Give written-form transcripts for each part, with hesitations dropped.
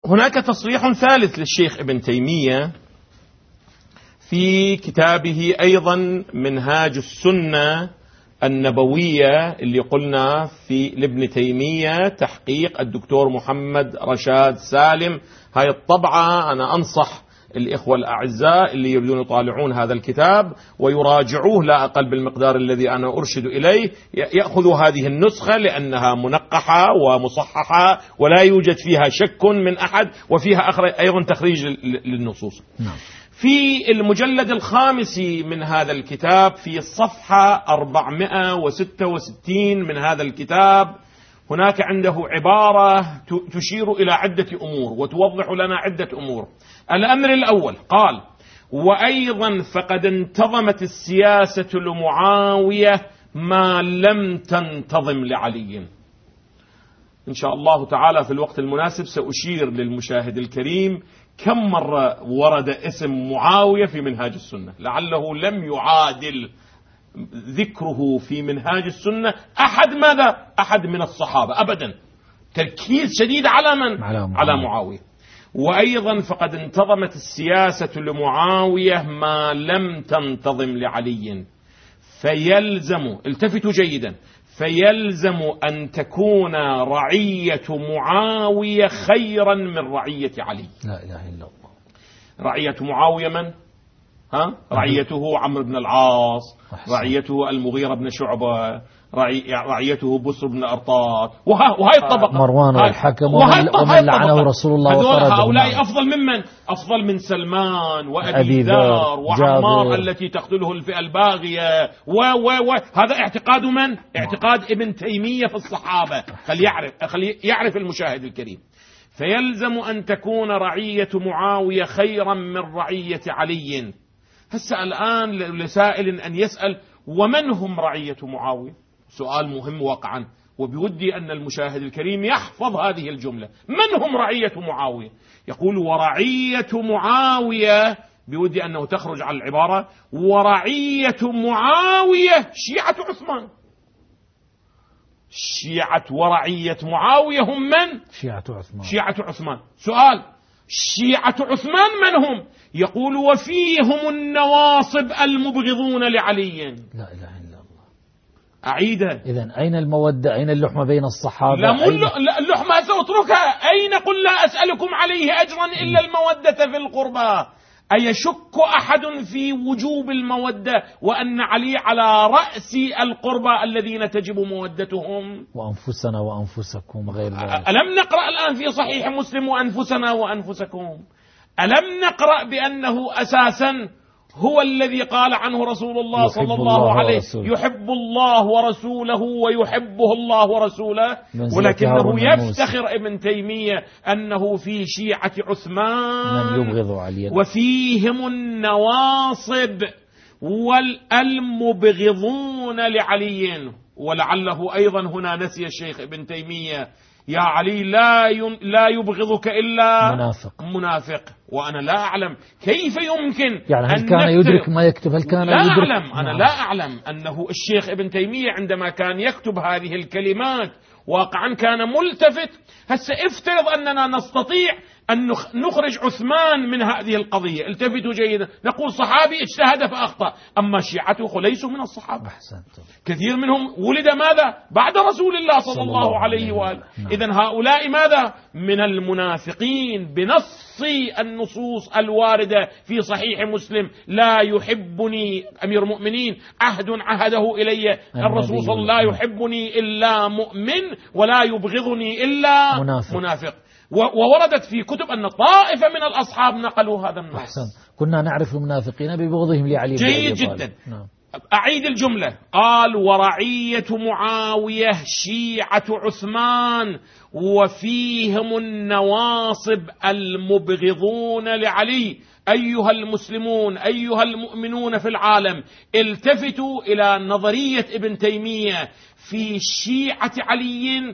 هناك تصريح ثالث للشيخ ابن تيمية في كتابه أيضا منهاج السنة النبوية، اللي قلنا في لابن تيمية تحقيق الدكتور محمد رشاد سالم. هاي الطبعة أنا أنصح الإخوة الأعزاء اللي يريدون يطالعون هذا الكتاب ويراجعوه لا أقل بالمقدار الذي أنا أرشد إليه، يأخذوا هذه النسخة لأنها منقحة ومصححة ولا يوجد فيها شك من أحد، وفيها أيضا تخريج للنصوص. في المجلد الخامس من هذا الكتاب في الصفحة 466 من هذا الكتاب هناك عنده عبارة تشير إلى عدة أمور وتوضح لنا عدة أمور. الأمر الأول قال: وأيضا فقد انتظمت السياسة لمعاوية ما لم تنتظم لعلي. إن شاء الله تعالى في الوقت المناسب سأشير للمشاهد الكريم كم مرة ورد اسم معاوية في منهاج السنة، لعله لم يعادل ذكره في منهاج السنة أحد من الصحابة أبدا. تركيز شديد على من؟ على معاوية. وأيضا فقد انتظمت السياسة لمعاوية ما لم تنتظم لعلي، فيلزم، التفتوا جيدا، فيلزم أن تكون رعية معاوية خيرا من رعية علي. لا إله إلا الله. رعية معاوية من؟ رعيته عمرو بن العاص، رعيته المغيرة بن شعبة، رعيته بسر بن أرطاط، وهاي الطبقة مروان والحكم ومن لعنه رسول الله وطرده. هؤلاء أفضل ممن؟ أفضل من سلمان وأبي ذر وعمار التي تقتله الفئة الباغية هذا اعتقاد من؟ اعتقاد ابن تيمية في الصحابة. خلي يعرف المشاهد الكريم. فيلزم أن تكون رعية معاوية خيرا من رعية علي. هسه الآن لسائل أن يسأل: ومن هم رعية معاوية؟ سؤال مهم واقعا، وبودي أن المشاهد الكريم يحفظ هذه الجملة. من هم رعية معاوية؟ يقول: ورعية معاوية، بودي أنه تخرج على العبارة: ورعية معاوية شيعة عثمان. شيعة ورعية معاوية هم من؟ شيعة عثمان. سؤال: شيعة عثمان من هم؟ يقول: وفيهم النواصب المبغضون لعلي. لا إله إلا الله. أعيدها. إذن أين المودة؟ أين اللحمة بين الصحابة؟ اللحمة سأتركها. أين؟ قل لا أسألكم عليه أجرا إلا المودة في القربى. أيشك أحد في وجوب المودة وأن علي على رأس القربى الذين تجب مودتهم؟ وأنفسنا وأنفسكم غير ذلك. ألم نقرأ الآن في صحيح مسلم وأنفسنا وأنفسكم؟ ألم نقرأ بأنه أساسا هو الذي قال عنه رسول الله صلى الله عليه وسلم: يحب الله ورسوله ويحبه الله ورسوله؟ ولكنه يفتخر ابن تيمية أنه في شيعة عثمان من يبغض علي، وفيهم النواصب والمبغضون لعلي. ولعله أيضا هنا نسي الشيخ ابن تيمية: يا علي لا يبغضك إلا منافق. وأنا لا أعلم كيف يمكن يعني هل كان يدرك ما يكتب؟ هل كان لا يدرك؟ أعلم. أنا لا أعلم أنه الشيخ ابن تيمية عندما كان يكتب هذه الكلمات واقعا كان ملتفت. هسه افترض أننا نستطيع أن نخرج عثمان من هذه القضية. التفتوا جيدا، نقول صحابي اجتهد فأخطأ، أما شيعته ليسوا من الصحابة. أحسنتم. كثير منهم ولد ماذا؟ بعد رسول الله صلى الله عليه وآله. إذن هؤلاء ماذا؟ من المنافقين بنص النصوص الواردة في صحيح مسلم: لا يحبني أمير المؤمنين عهد عهده إلي الرسول صلى الله عليه وسلم: لا يحبني إلا مؤمن ولا يبغضني إلا منافق. ووردت في كتب أن طائفة من الأصحاب نقلوا هذا النص. أحسن. كنا نعرف المنافقين ببغضهم لعلي. جيد جدا. أعيد الجملة. قال: ورعية معاوية شيعة عثمان وفيهم النواصب المبغضون لعلي. أيها المسلمون، أيها المؤمنون في العالم، التفتوا إلى نظرية ابن تيمية في شيعة علي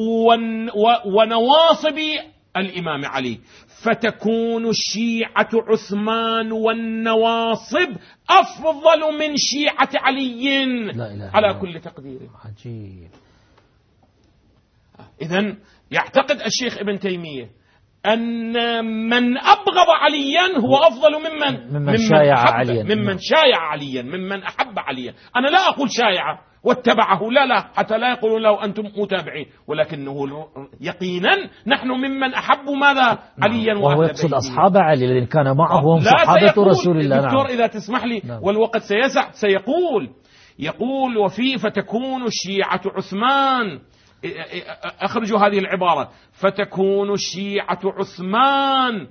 ونواصب الإمام علي، فتكون شيعة عثمان والنواصب أفضل من شيعة علي على كل تقدير. عجيب. إذن يعتقد الشيخ ابن تيمية أن من أبغض عليا هو أفضل ممن شايع عليا، ممن أحب عليا. أنا لا أقول شايع واتبعه، لا، حتى لا يقولوا له أنتم متابعين، ولكنه يقينا نحن ممن أحبوا ماذا؟ عليا. وهو يقصد أصحاب علي الذين كان معه وهم صحابة رسول الله. دكتور إذا تسمح لي، والوقت سيسع، يقول وفي فتكون الشيعة عثمان، أخرجوا هذه العبارة، فتكون الشيعة عثمان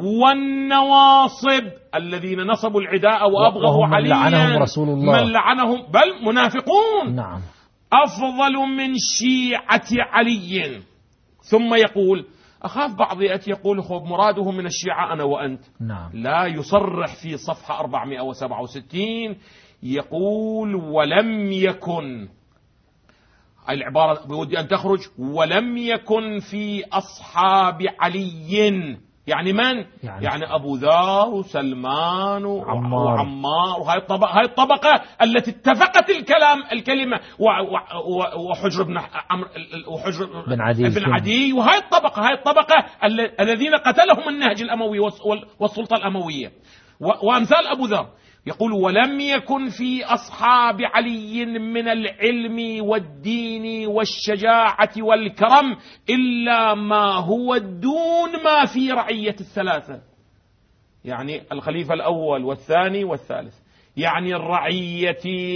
والنواصب الذين نصبوا العداء وأبغضوا عليا، من لعنهم رسول الله، من لعنهم بل منافقون، نعم، أفضل من شيعة علي. ثم يقول أخاف بعض يأتي يقول خب مراده من الشيعة أنا وأنت، نعم. لا، يصرح في صفحة 467 يقول ولم يكن، العبارة بودي أن تخرج، ولم يكن في أصحاب علي، يعني من؟ يعني أبو ذر وسلمان وعمار، وهي الطبقة التي اتفقت الكلمة وحجر بن عدي، وهي الطبقة الذين قتلهم النهج الأموي والسلطة الأموية وأمثال أبو ذر. يقول ولم يكن في أصحاب علي من العلم والدين والشجاعة والكرم إلا ما هو دون ما في رعية الثلاثة، يعني الخليفة الأول والثاني والثالث، يعني الرعية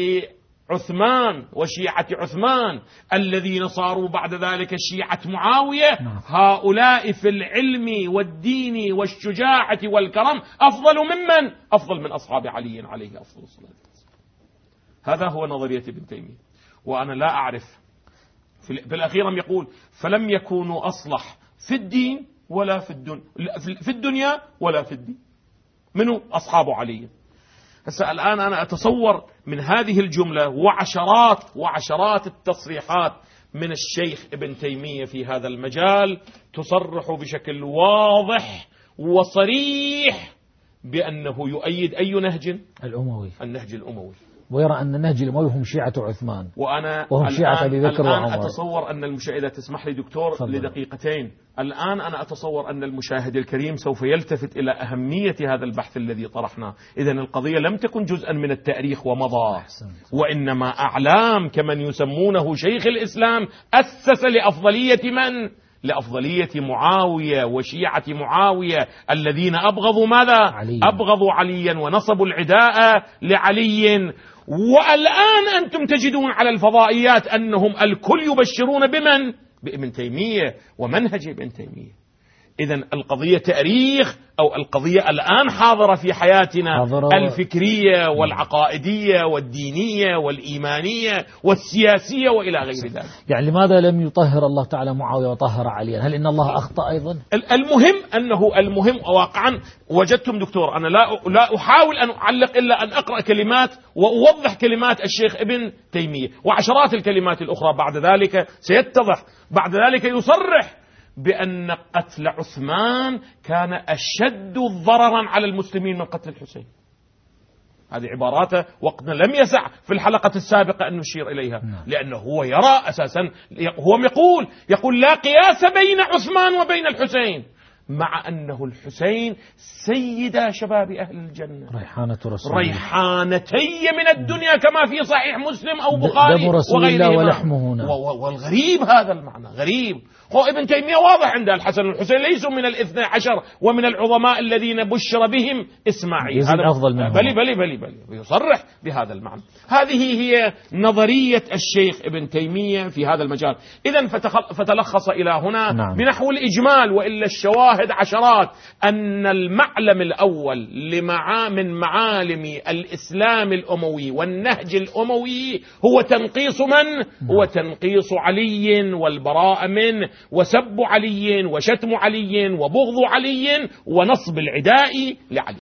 عثمان وشيعة عثمان الذين صاروا بعد ذلك شيعة معاوية، هؤلاء في العلم والدين والشجاعة والكرم أفضل من أصحاب علي عليه أفضل الصلاة والسلام. هذا هو نظرية ابن تيمية، وأنا لا أعرف. في الأخير يقول فلم يكونوا أصلح في الدين ولا في الدنيا ولا في الدين منه أصحاب علي. هسه الآن أنا أتصور من هذه الجملة وعشرات التصريحات من الشيخ ابن تيمية في هذا المجال تصرح بشكل واضح وصريح بأنه يؤيد أي نهج؟ النهج الأموي، ويرى أن النهج الأموي هم شيعة عثمان وهم شيعة أبي بكر وعمر. الآن أتصور أن إذا تسمح لي دكتور لدقيقتين، الآن أنا أتصور أن المشاهد الكريم سوف يلتفت إلى أهمية هذا البحث الذي طرحناه. إذن القضية لم تكن جزءا من التاريخ ومضى، وإنما أعلام كمن يسمونه شيخ الإسلام أسس لأفضلية معاوية وشيعة معاوية الذين أبغضوا ماذا؟ أبغضوا عليا ونصبوا العداء لعلي. والآن أنتم تجدون على الفضائيات أنهم الكل يبشرون بابن تيمية ومنهج ابن تيمية. إذن القضية تاريخ، أو القضية الآن حاضرة في حياتنا الفكرية والعقائدية والدينية والإيمانية والسياسية وإلى غير ذلك. يعني لماذا لم يطهر الله تعالى معاوية وطهر عليا؟ هل إن الله أخطأ أيضا؟ المهم واقعا وجدتم دكتور، أنا لا أحاول أن أعلق إلا أن أقرأ كلمات وأوضح كلمات الشيخ ابن تيمية، وعشرات الكلمات الأخرى بعد ذلك سيتضح. بعد ذلك يصرح بأن قتل عثمان كان أشد ضررا على المسلمين من قتل الحسين. هذه عباراته وقتنا لم يسع في الحلقة السابقة أن نشير إليها، لأنه هو يرى أساسا، هو يقول لا قياس بين عثمان وبين الحسين، مع أنه الحسين سيد شباب أهل الجنة، ريحانة رسول الله، ريحانتي من الدنيا كما في صحيح مسلم أو بخاري وغيرهما. والغريب هذا المعنى غريب. هو ابن تيمية واضح عند الحسن والحسين ليسوا من الاثنى عشر ومن العظماء الذين بشر بهم إسماعيل، هذا أفضل منهم. بل يصرح بهذا المعنى. هذه هي نظرية الشيخ ابن تيمية في هذا المجال. إذن فتلخص إلى هنا بنحو الإجمال، وإلا الشواهد عشرات، أن المعلم الأول من معالم الإسلام الأموي والنهج الأموي هو تنقيص هو تنقيص علي والبراء منه وسب علي وشتم علي وبغض علي ونصب العداء لعلي.